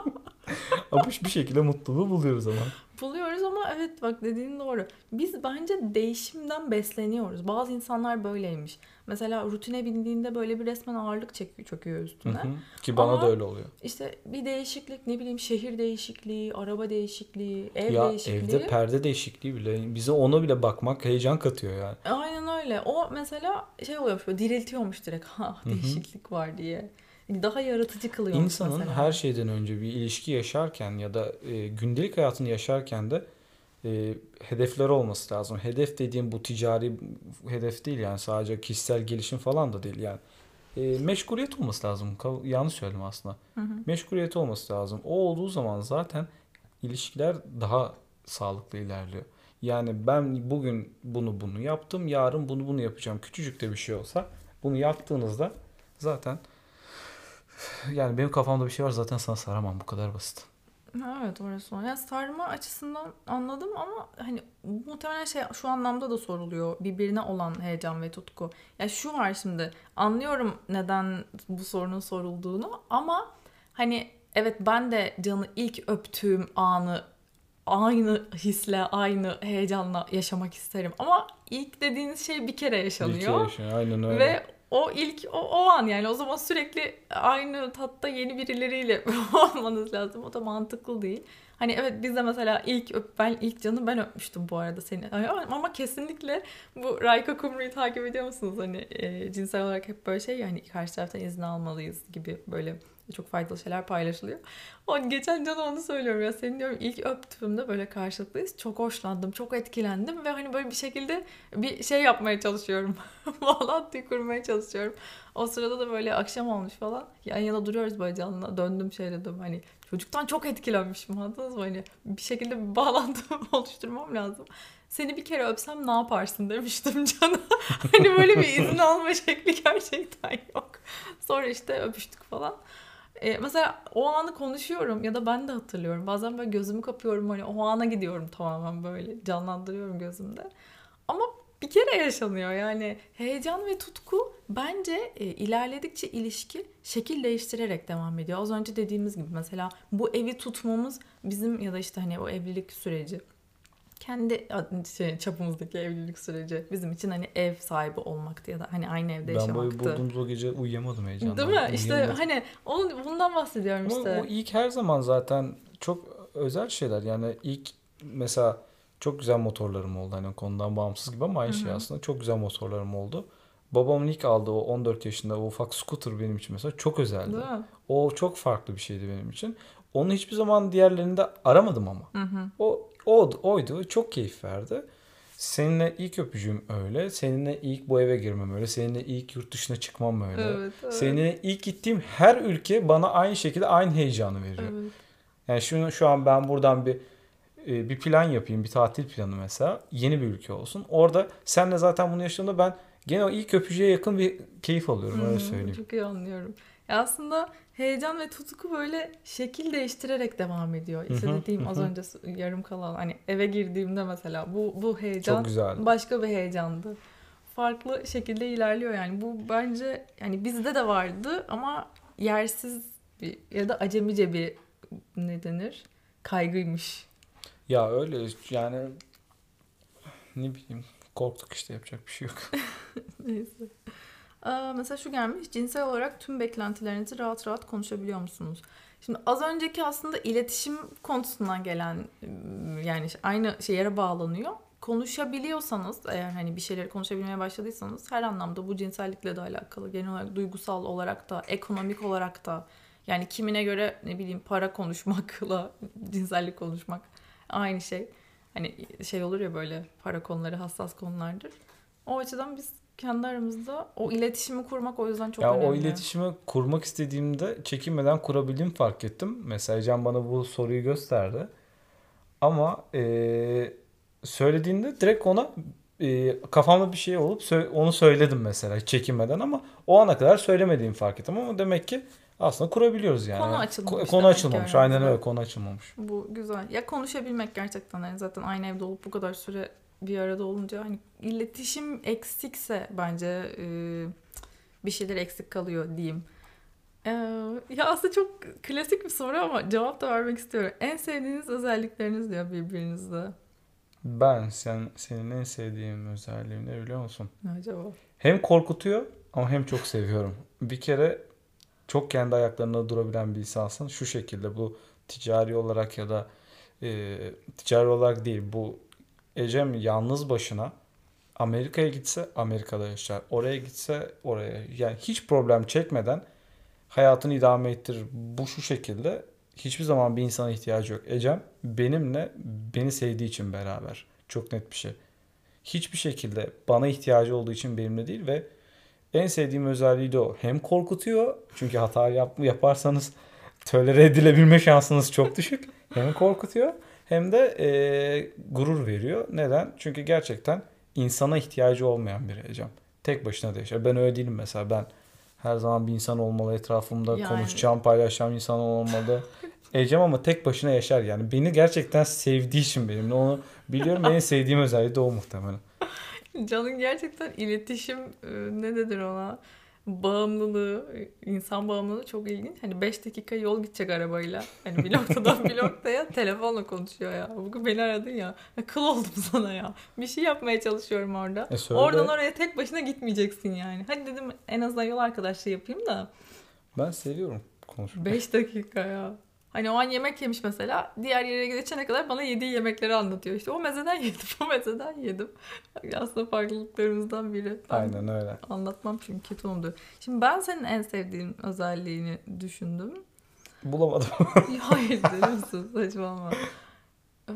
Ama bir şekilde mutluluğu buluyoruz ama. Buluyoruz ama evet bak dediğin doğru. Biz bence değişimden besleniyoruz. Bazı insanlar böyleymiş. Mesela rutine bindiğinde böyle bir resmen ağırlık çekiyor, çöküyor Hı üstüne. hı. Ki bana da Ama öyle oluyor. işte bir değişiklik ne bileyim şehir değişikliği, araba değişikliği, ev Ya değişikliği. evde perde değişikliği bile, bize ona bile bakmak heyecan katıyor yani. Aynen öyle. O mesela şey oluyormuş böyle diriltiyormuş direkt. Ha Hı hı. değişiklik var diye. Daha yaratıcı kılıyormuş İnsanın mesela. her şeyden önce bir ilişki yaşarken ya da e, gündelik hayatını yaşarken de e, hedefleri olması lazım. Hedef dediğim bu ticari hedef değil yani, sadece kişisel gelişim falan da değil yani. E, meşguliyet olması lazım. Ka- Yanlış söyledim aslında. Hı hı. Meşguliyet olması lazım. O olduğu zaman zaten ilişkiler daha sağlıklı ilerliyor. Yani ben bugün bunu bunu yaptım, yarın bunu bunu yapacağım. Küçücük de bir şey olsa bunu yaptığınızda zaten, yani benim kafamda bir şey var zaten sana saramam, bu kadar basit. Ha, evet, orası o. Yani sarma açısından anladım ama hani muhtemelen şey şu anlamda da soruluyor. Birbirine olan heyecan ve tutku. Ya şu var şimdi, anlıyorum neden bu sorunun sorulduğunu ama hani evet, ben de Can'ı ilk öptüğüm anı aynı hisle, aynı heyecanla yaşamak isterim. Ama ilk dediğiniz şey bir kere Bir kere yaşanıyor. yaşıyor. Aynen öyle. Ve o ilk o, o an, yani o zaman sürekli aynı tatta yeni birileriyle olmanız lazım. O da mantıklı değil. Hani evet, biz de mesela ilk öp, ben ilk Can'ı ben öpmüştüm bu arada seni. Ama kesinlikle bu Rayka Kumru'yu takip ediyor musunuz? Hani e, cinsel olarak hep böyle şey, yani karşı taraftan izin almalıyız gibi böyle çok faydalı şeyler paylaşılıyor. O geçen Can'a onu söylüyorum ya, senin diyorum ilk öptüğümde böyle karşılıklıyız. Çok hoşlandım, çok etkilendim ve hani böyle bir şekilde bir şey yapmaya çalışıyorum. Bağlantıyı kurmaya çalışıyorum. O sırada da böyle akşam olmuş falan. Yan yana duruyoruz böyle Can'la. Döndüm şey dedim, hani çocuktan çok etkilenmişim, anladınız mı? Hani bir şekilde bir bağlantı oluşturmam lazım. Seni bir kere öpsem ne yaparsın demiştim Can'a. Hani böyle bir izin alma şekli gerçekten yok. Sonra işte öpüştük falan. Ee, mesela o anı konuşuyorum ya da ben de hatırlıyorum. Bazen böyle gözümü kapıyorum, hani o ana gidiyorum, tamamen böyle canlandırıyorum gözümde. Ama bir kere yaşanıyor yani. Heyecan ve tutku bence e, ilerledikçe ilişki şekil değiştirerek devam ediyor. Az önce dediğimiz gibi mesela bu evi tutmamız bizim, ya da işte hani o evlilik süreci, kendi şey, çapımızdaki evlilik süreci bizim için hani ev sahibi olmaktı ya da hani aynı evde Ben böyle yaşamaktı. bulduğumuz o gece uyuyamadım heyecandan. Değil mi? İşte Uyuyamadım. hani onu, bundan bahsediyorum Ama işte. o ilk her zaman zaten çok özel şeyler. Yani ilk mesela çok güzel motorlarım oldu. Hani konudan bağımsız gibi ama Hı aynı şey hı. aslında. Çok güzel motorlarım oldu. Babamın ilk aldığı o on dört yaşında o ufak scooter benim için mesela çok özeldi. Değil mi? O çok farklı bir şeydi benim için. Onu hiçbir zaman diğerlerinde aramadım ama. Hı hı. O, o oydu. Çok keyif verdi. Seninle ilk öpücüğüm öyle. Seninle ilk bu eve girmem öyle. Seninle ilk yurt dışına çıkmam öyle. Evet, evet. Seninle ilk gittiğim her ülke bana aynı şekilde aynı heyecanı veriyor. Evet. Yani şunu, şu an ben buradan bir e, bir plan yapayım. Bir tatil planı mesela. Yeni bir ülke olsun. Orada senle zaten bunu yaşadığımda ben gene o ilk öpücüğe yakın bir keyif alıyorum. Hı Öyle hı. söyleyeyim. Çok iyi anlıyorum. Ya aslında heyecan ve tutku böyle şekil değiştirerek devam ediyor. Hı İşte hı, dediğim hı az hı. önce yarım kalan, hani eve girdiğimde mesela bu bu Çok heyecan güzeldi. başka bir heyecandı. Farklı şekilde ilerliyor yani. Bu bence yani bizde de vardı ama yersiz bir ya da acemice bir, ne denir, kaygıymış. Ya öyle yani, ne bileyim, korktuk işte, yapacak bir şey yok. Neyse. Aa, mesela şu gelmiş. Cinsel olarak tüm beklentilerinizi rahat rahat konuşabiliyor musunuz? Şimdi az önceki aslında iletişim konusundan gelen, yani aynı şeye bağlanıyor. Konuşabiliyorsanız eğer, hani bir şeyleri konuşabilmeye başladıysanız, her anlamda bu cinsellikle de alakalı. Genel olarak duygusal olarak da, ekonomik olarak da, yani kimine göre ne bileyim para konuşmakla cinsellik konuşmak aynı şey. Hani şey olur ya, böyle para konuları hassas konulardır. O açıdan biz kendi aramızda o iletişimi kurmak o yüzden çok Ya o önemli. iletişimi kurmak istediğimde çekinmeden kurabildiğimi fark ettim. Mesela Can bana bu soruyu gösterdi. Ama eee, söylediğinde direkt ona eee, kafamda bir şey olup sö- onu söyledim mesela, hiç çekinmeden, ama o ana kadar söylemediğimi fark ettim, ama demek ki aslında kurabiliyoruz yani. Konu Ko- açılmamış Konu demek ki açılmamış. Aynen aramızda. öyle, konu açılmamış. Bu güzel. Ya konuşabilmek gerçekten, yani zaten aynı evde olup bu kadar süre bir arada olunca hani iletişim eksikse bence e, bir şeyler eksik kalıyor diyeyim. E, ya aslında çok klasik bir soru ama cevap da vermek istiyorum. En sevdiğiniz özellikleriniz diyor birbirinizde. Ben sen senin en sevdiğim özelliğin ne biliyor musun? Ne acaba? Hem korkutuyor ama hem çok seviyorum. Bir kere çok kendi ayaklarında durabilen bir insansın. Şu şekilde, bu ticari olarak ya da e, ticari olarak değil, bu Ecem yalnız başına Amerika'ya gitse Amerika'da yaşar. Oraya gitse oraya. Yani hiç problem çekmeden hayatını idame ettirir. Bu şu şekilde. hiçbir zaman bir insana ihtiyacı yok. Ecem benimle beni sevdiği için beraber. Çok net bir şey. Hiçbir şekilde bana ihtiyacı olduğu için benimle değil ve en sevdiğim özelliği de o. Hem korkutuyor çünkü hata yap, yaparsanız tolere edilebilme şansınız çok düşük. Hem korkutuyor hem de e, gurur veriyor. Neden? Çünkü gerçekten insana ihtiyacı olmayan biri Ecem. Tek başına da yaşar. Ben öyle değilim mesela. Ben her zaman bir insan olmalı etrafımda. Yani. Konuşacağım, paylaşacağım insan olmalı. Ecem ama tek başına yaşar yani. Beni gerçekten sevdiği için benimle. Onu biliyorum. En sevdiğim özelliği de o muhtemelen. Can'ın gerçekten iletişim e, ne dedir ona? Bağımlılığı, insan bağımlılığı çok ilginç. Hani beş dakika yol gidecek arabayla. Hani bir noktadan bir noktaya telefonla konuşuyor ya. Bugün beni aradın ya. ya. Kıl oldum sana ya. Bir şey yapmaya çalışıyorum orada. E söyle. Oradan oraya tek başına gitmeyeceksin yani. Hadi dedim en azından yol arkadaşlığı yapayım da. Ben seviyorum konuşmayı. beş dakika ya. Hani o an yemek yemiş mesela. Diğer yere geçene kadar bana yediği yemekleri anlatıyor. İşte o mezeden yedim, o mezeden yedim. Aslında farklılıklarımızdan biri. Ben Aynen öyle. anlatmam çünkü kötü oldu. Şimdi ben senin en sevdiğin özelliğini düşündüm. Bulamadım. Hayır der misin? Saçmalama. Ee,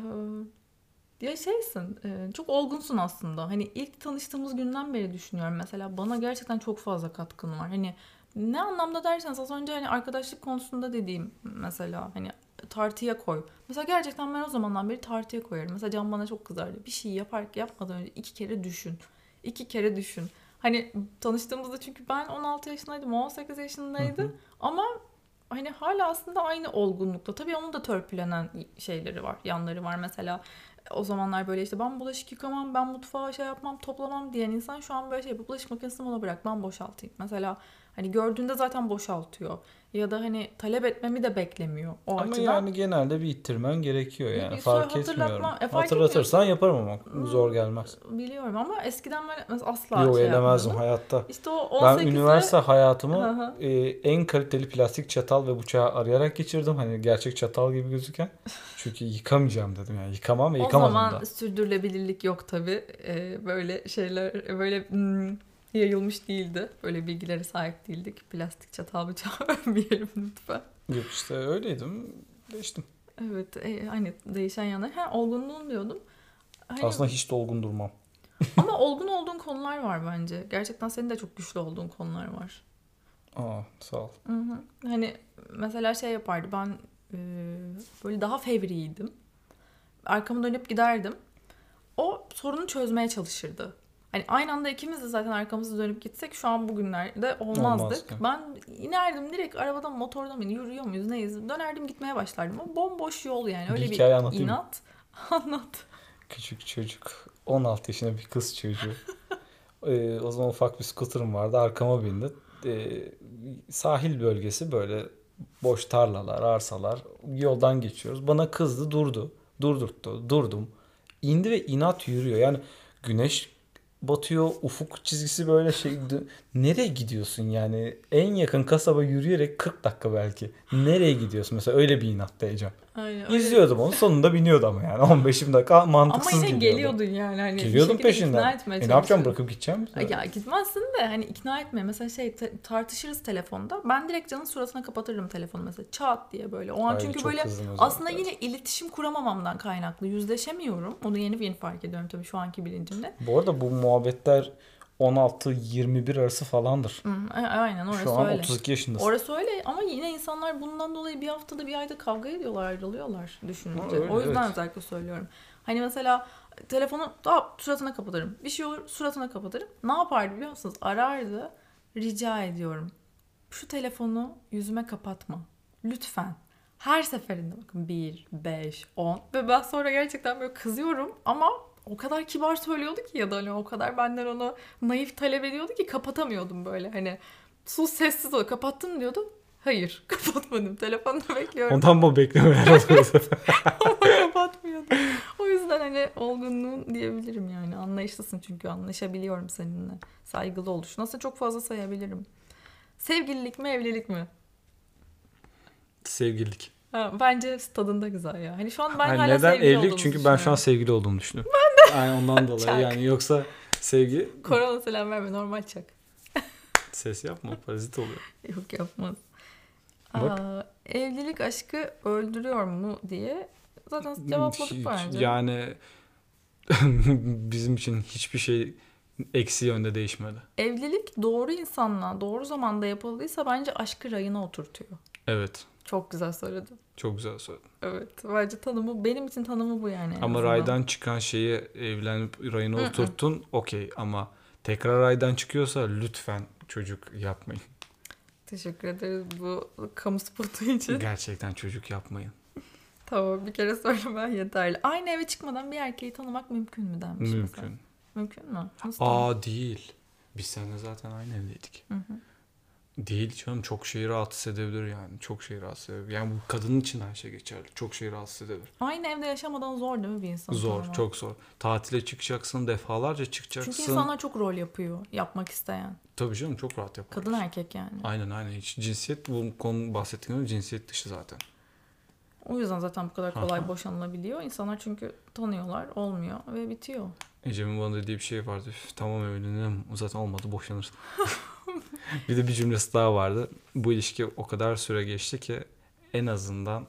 ya şeysin, e, çok olgunsun aslında. Hani ilk tanıştığımız günden beri düşünüyorum. Mesela bana gerçekten çok fazla katkın var. Hani ne anlamda derseniz az önce hani arkadaşlık konusunda dediğim mesela hani tartıya koy. Mesela gerçekten ben o zamandan beri tartıya koyarım. Mesela Can bana çok kızardı. Bir şey yapar yapmadan önce iki kere düşün. İki kere düşün. Hani tanıştığımızda çünkü ben on altı yaşındaydım, o on sekiz yaşındaydı. Hı hı. Ama hani hala aslında aynı olgunlukta. Tabii onun da törpülenen şeyleri var, yanları var. Mesela o zamanlar böyle işte ben bulaşık yıkamam, ben mutfağa şey yapmam, toplamam diyen insan şu an böyle şey, bu bulaşık makinesini bana bırak, ben boşaltayım. Mesela hani gördüğünde zaten boşaltıyor. Ya da hani talep etmemi de beklemiyor o Ama açıdan. yani genelde bir ittirmen gerekiyor yani. Bir Fark hatırlatma- etmiyorum. e, fark Hatırlatırsan yaparım ama zor gelmez. Biliyorum ama eskiden böyle mesela asla Yok şey elemezdim yapmıyordum. hayatta. İşte o Ben on sekizde üniversite Hı hayatımı hı. e, en kaliteli plastik çatal ve bıçağı arayarak geçirdim. Hani gerçek çatal gibi gözüken. Çünkü yıkamayacağım dedim yani. Yıkamam ve o yıkamadım zaman da. sürdürülebilirlik yok tabii. Ee, böyle şeyler böyle hmm, yayılmış değildi. Böyle bilgilere sahip değildik. Plastik çatal bıçağı övmeyelim lütfen. Yok işte öyleydim. Değiştim. Evet, e, hani değişen yanlar. Ha, olgunluğun diyordum. Hani, Aslında hiç dolgun durmam. ama olgun olduğun konular var bence. Gerçekten senin de çok güçlü olduğun konular var. Aa sağ ol. Hı hı. Hani mesela şey yapardı, ben e, böyle daha fevriydim. Arkamı dönüp giderdim. O sorunu çözmeye çalışırdı. Hani aynı anda ikimiz de zaten arkamızı dönüp gitsek şu an bugünlerde olmazdık. Olmazdı. Ben inerdim direkt arabadan, motorda mı yürüyor muyuz neyiz, dönerdim gitmeye başlardım. O bomboş yol yani, Bir öyle bir, hikaye anlatayım mı? inat. Anlat. Küçük çocuk. on altı yaşında bir kız çocuğu. Ee, o zaman ufak bir scooter'ım vardı. Arkama bindi. Ee, sahil bölgesi böyle boş tarlalar, arsalar. Yoldan geçiyoruz. Bana kızdı, durdu. Durdurttu. Durdum. İndi ve inat yürüyor. Yani güneş batıyor. Ufuk çizgisi böyle şey. Nereye gidiyorsun yani? En yakın kasaba yürüyerek kırk dakika belki. Nereye gidiyorsun? Mesela öyle bir inatta Ecem. Aynen, öyle. İzliyordum onu. Sonunda biniyordu ama yani. on beş yirmi dakika Ama mantıksız yine geliyordu. geliyordun yani. Hani bir Geliyordum şekilde ikna peşinden. etmeye E ne yapacağım, çalışıyordun. bırakıp gideceğim mi? Ay ya gitmezsin de hani ikna etme. Mesela şey te- tartışırız telefonda. Ben direkt Can'ın suratına kapatırım telefonu mesela. Çat diye böyle. O an Ay, çünkü çok böyle kızdım özellikle. aslında yine iletişim kuramamamdan kaynaklı. Yüzleşemiyorum. Onu yeni yeni fark ediyorum tabii şu anki bilincimle. Bu arada bu muhabbetler on altı yirmi bir arası falandır. Hı, a- aynen orası Şu an öyle. otuz iki yaşındasın. Orası öyle ama yine insanlar bundan dolayı bir haftada bir ayda kavga ediyorlar, ayrılıyorlar düşününce. Ha, öyle, O yüzden evet. özellikle söylüyorum. Hani mesela telefonu daha suratına kapatırım. Bir şey olur suratına kapatırım. Ne yapardı biliyor musunuz? Arardı. Rica ediyorum. Şu telefonu yüzüme kapatma. Lütfen. Her seferinde bakın bir, beş, on ve ben sonra gerçekten böyle kızıyorum ama o kadar kibar söylüyordu ki ya da hani o kadar benden onu naif talep ediyordu ki kapatamıyordum böyle hani sus sessiz ol kapattın diyordu. Hayır kapatmadım, telefonda bekliyorum. Ondan mı beklemeler oluyordu? Ama kapatmıyordum. O yüzden hani olgunluğun diyebilirim yani, anlayışlısın çünkü anlaşabiliyorum seninle. Saygılı oluşun. Aslında çok fazla sayabilirim. Sevgililik mi evlilik mi? Sevgililik. Ha, bence tadında güzel ya. Hani şu an ben Yani hala neden sevgili evlilik? olduğumuzu Çünkü ben şu an düşünüyorum. sevgili olduğumu düşünüyorum. Ben de. Yani ondan dolayı Çak. yani yoksa sevgi Korona selam verme, normal çak. ses yapma, parazit oluyor. Yok yapmaz. Bak. Aa, evlilik aşkı öldürüyor mu diye zaten cevapladık Hiç- bence. Yani bizim için hiçbir şey eksi yönde değişmedi. Evlilik doğru insanla doğru zamanda yapıldıysa bence aşkı rayına oturtuyor. Evet. Çok güzel söyledin. Çok güzel söyledin. Evet. Bence tanımı, benim için tanımı bu yani. en Ama azından. raydan çıkan şeyi evlenip rayına Hı hı. oturttun okey ama tekrar raydan çıkıyorsa lütfen çocuk yapmayın. Teşekkür ederiz bu kamu spotu için. Gerçekten çocuk yapmayın. Tamam, bir kere söylemen yeterli. Aynı eve çıkmadan bir erkeği tanımak mümkün mü denmiş mesela. Mümkün. Mümkün mü? Nasıl tanı- Aa değil. Biz seninle zaten aynı evdeydik. Hı hı. Değil canım, çok şeyi rahatsız edebilir yani. Çok şeyi rahatsız edebilir. Yani bu kadının için her şey geçerli. Çok şeyi rahatsız edebilir. Aynı evde yaşamadan zor değil mi bir insan? Zor, tanımak? çok zor. Tatile çıkacaksın, defalarca çıkacaksın. Çünkü insanlar çok rol yapıyor yapmak isteyen. Tabii canım, çok rahat yapar. Kadın erkek yani. Aynen aynen. Hiç cinsiyet, bu konu bahsettiğim gibi cinsiyet dışı zaten. O yüzden zaten bu kadar kolay Aha. boşanılabiliyor. İnsanlar çünkü tanıyorlar, olmuyor ve bitiyor. Ecem'in bana dediği bir şey vardı. Üf, tamam evlenelim. Zaten olmadı, boşanırsın. Bir de bir cümlesi daha vardı. Bu ilişki o kadar süre geçti ki en azından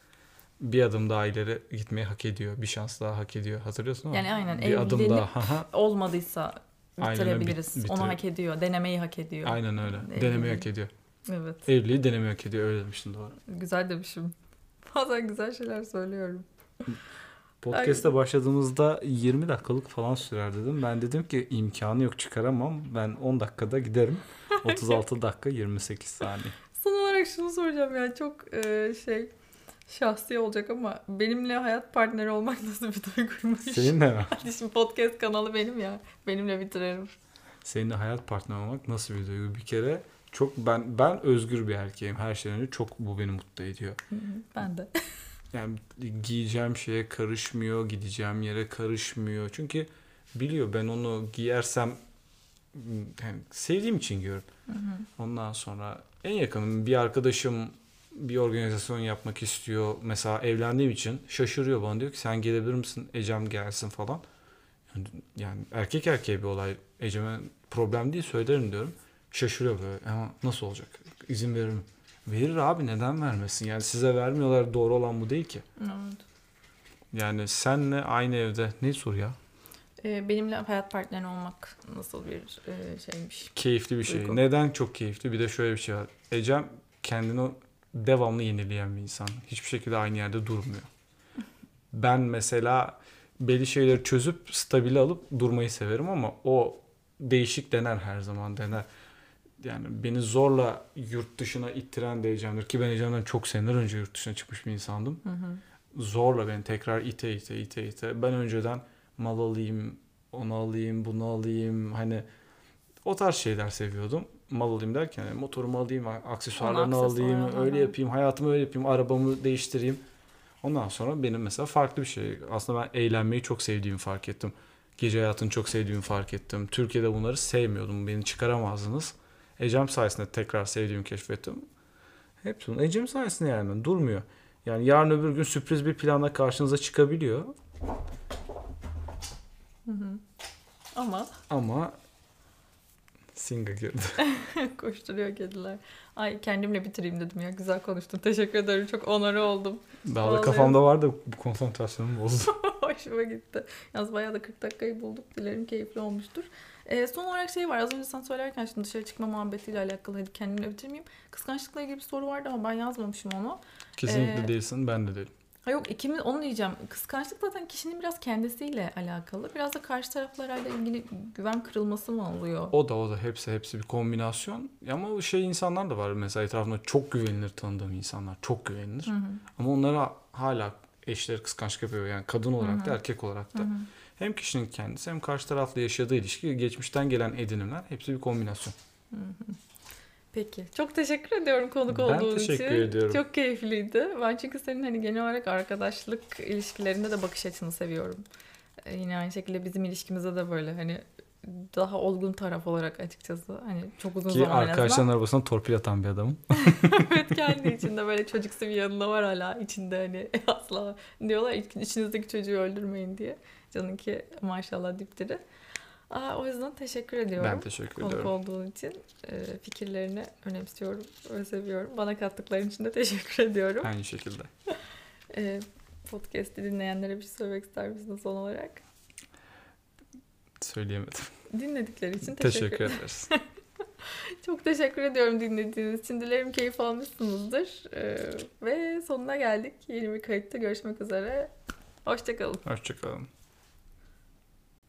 bir adım daha ileri gitmeyi hak ediyor. Bir şans daha hak ediyor. Hatırlıyorsun mu? Yani aynen, Bir adım evlenip daha. Haha. Olmadıysa Aynen öyle, bitirebiliriz. bit- Onu bitire- hak ediyor. Denemeyi hak ediyor. Aynen öyle. Evliliği. Denemeyi hak ediyor. Evet. Evliliği denemeyi hak ediyor. Öyle demiştin, doğru. Güzel demişim. Bazen güzel şeyler söylüyorum. Podcast'a başladığımızda yirmi dakikalık falan sürer dedim. Ben dedim ki imkanı yok, çıkaramam. Ben on dakikada giderim. otuz altı dakika yirmi sekiz saniye. Son olarak şunu soracağım ya, çok e, şey şahsi olacak ama benimle hayat partneri olmak nasıl bir duyguymuş? Seninle mi? Hadi şimdi podcast kanalı benim ya. Benimle bitirelim. Seninle hayat partneri olmak nasıl bir duygu? Bir kere çok ben ben özgür bir erkeğim. Her şeyden önce çok bu beni mutlu ediyor. Hı hı, ben de. Yani giyeceğim şeye karışmıyor, gideceğim yere karışmıyor. Çünkü biliyor ben onu giyersem yani sevdiğim için giyiyorum. Hı hı. Ondan sonra en yakınım bir arkadaşım bir organizasyon yapmak istiyor. Mesela evlendiğim için şaşırıyor bana, diyor ki sen gelebilir misin? Ecem gelsin falan. Yani, yani erkek erkeğe bir olay. Ecem'e problem değil, söylerim diyorum. Şaşırıyor böyle. Ama nasıl olacak? İzin verir mi? Verir abi, neden vermesin? Yani size vermiyorlar, doğru olan bu değil ki. Evet. Yani senle aynı evde ne soru ya? Ee, benimle hayat partneri olmak nasıl bir e, şeymiş? Keyifli bir şey. Duygu. Neden çok keyifli? Bir de şöyle bir şey var. Ecem kendini devamlı yenileyen bir insan. Hiçbir şekilde aynı yerde durmuyor. Ben mesela belli şeyleri çözüp stabile alıp durmayı severim ama o değişik dener, her zaman dener. Yani beni zorla yurt dışına ittiren de Ecem'dir ki ben Ecem'den çok seneler önce yurt dışına çıkmış bir insandım. Hı hı. Zorla beni tekrar ite ite ite ite. Ben önceden mal alayım, onu alayım, bunu alayım. Hani o tarz şeyler seviyordum. Mal alayım derken yani motorumu alayım, aksesuarlarını Ona alayım, aksesuar, öyle aha. yapayım, hayatımı öyle yapayım, arabamı değiştireyim. Ondan sonra benim mesela farklı bir şey. Aslında ben eğlenmeyi çok sevdiğimi fark ettim. Gece hayatını çok sevdiğimi fark ettim. Türkiye'de bunları sevmiyordum. Beni çıkaramazdınız. Ecem sayesinde tekrar sevdiğimi keşfettim. Hepsi bunun Ecem sayesinde yani. Durmuyor. Yani yarın öbür gün sürpriz bir planla karşınıza çıkabiliyor. Hı hı. Ama Ama singa girdi. koşturuyor kediler. Ay, kendimle bitireyim dedim ya. Güzel konuştun. Teşekkür ederim. Çok onarı oldum. Daha da Vallahi. kafamda vardı, bu konsantrasyonumu bozdu. Hoşuma gitti. Yalnız bayağı da kırk dakikayı bulduk. Dilerim keyifli olmuştur. Ee, son olarak şey var. Az önce sen söylerken şimdi dışarı çıkma muhabbetiyle alakalı. Hadi kendimle bitirmeyeyim. Kıskançlıkla ilgili bir soru vardı ama ben yazmamışım onu. Kesinlikle Ee, değilsin, ben de değilim. Ha yok, ikimiz onu diyeceğim. Kıskançlık zaten kişinin biraz kendisiyle alakalı. Biraz da karşı taraflarla ilgili güven kırılması mı oluyor? O da o da hepsi hepsi bir kombinasyon. Ama o şey insanlar da var mesela etrafımda çok güvenilir tanıdığım insanlar. Çok güvenilir. Hı hı. Ama onlara hala eşleri kıskançlık yapıyor. Yani kadın olarak Hı da hı. erkek olarak da. Hı hı. Hem kişinin kendisi hem karşı tarafla yaşadığı ilişki, geçmişten gelen edinimler hepsi bir kombinasyon. Hı hı. Peki. Çok teşekkür ediyorum konuk Ben olduğun teşekkür için. ediyorum. Çok keyifliydi. Ben çünkü senin hani genel olarak arkadaşlık ilişkilerinde de bakış açını seviyorum. Ee, yine aynı şekilde bizim ilişkimizde de böyle hani daha olgun taraf olarak açıkçası. Hani çok uzun Ki zaman en arkadaşların azından. arabasına torpil atan bir adamım. Evet, kendi içinde böyle çocuksu bir yanında var hala içinde hani asla diyorlar iç- içinizdeki çocuğu öldürmeyin diye. Canınki maşallah dipdiri. Aa, o yüzden teşekkür ediyorum. Ben teşekkür Konuk ediyorum. olduğun için. Ee, fikirlerini önemsiyorum ve seviyorum. Bana kattıkların için de teşekkür ediyorum. Aynı şekilde. Ee, podcast'i dinleyenlere bir şey söylemek ister misiniz son olarak? Söyleyemedim. Dinledikleri için teşekkür, Teşekkür ederiz. Çok teşekkür ediyorum dinlediğiniz için. Dilerim keyif almışsınızdır. Ee, ve sonuna geldik. Yeni bir kayıtta görüşmek üzere. Hoşça kalın. Hoşçakalın.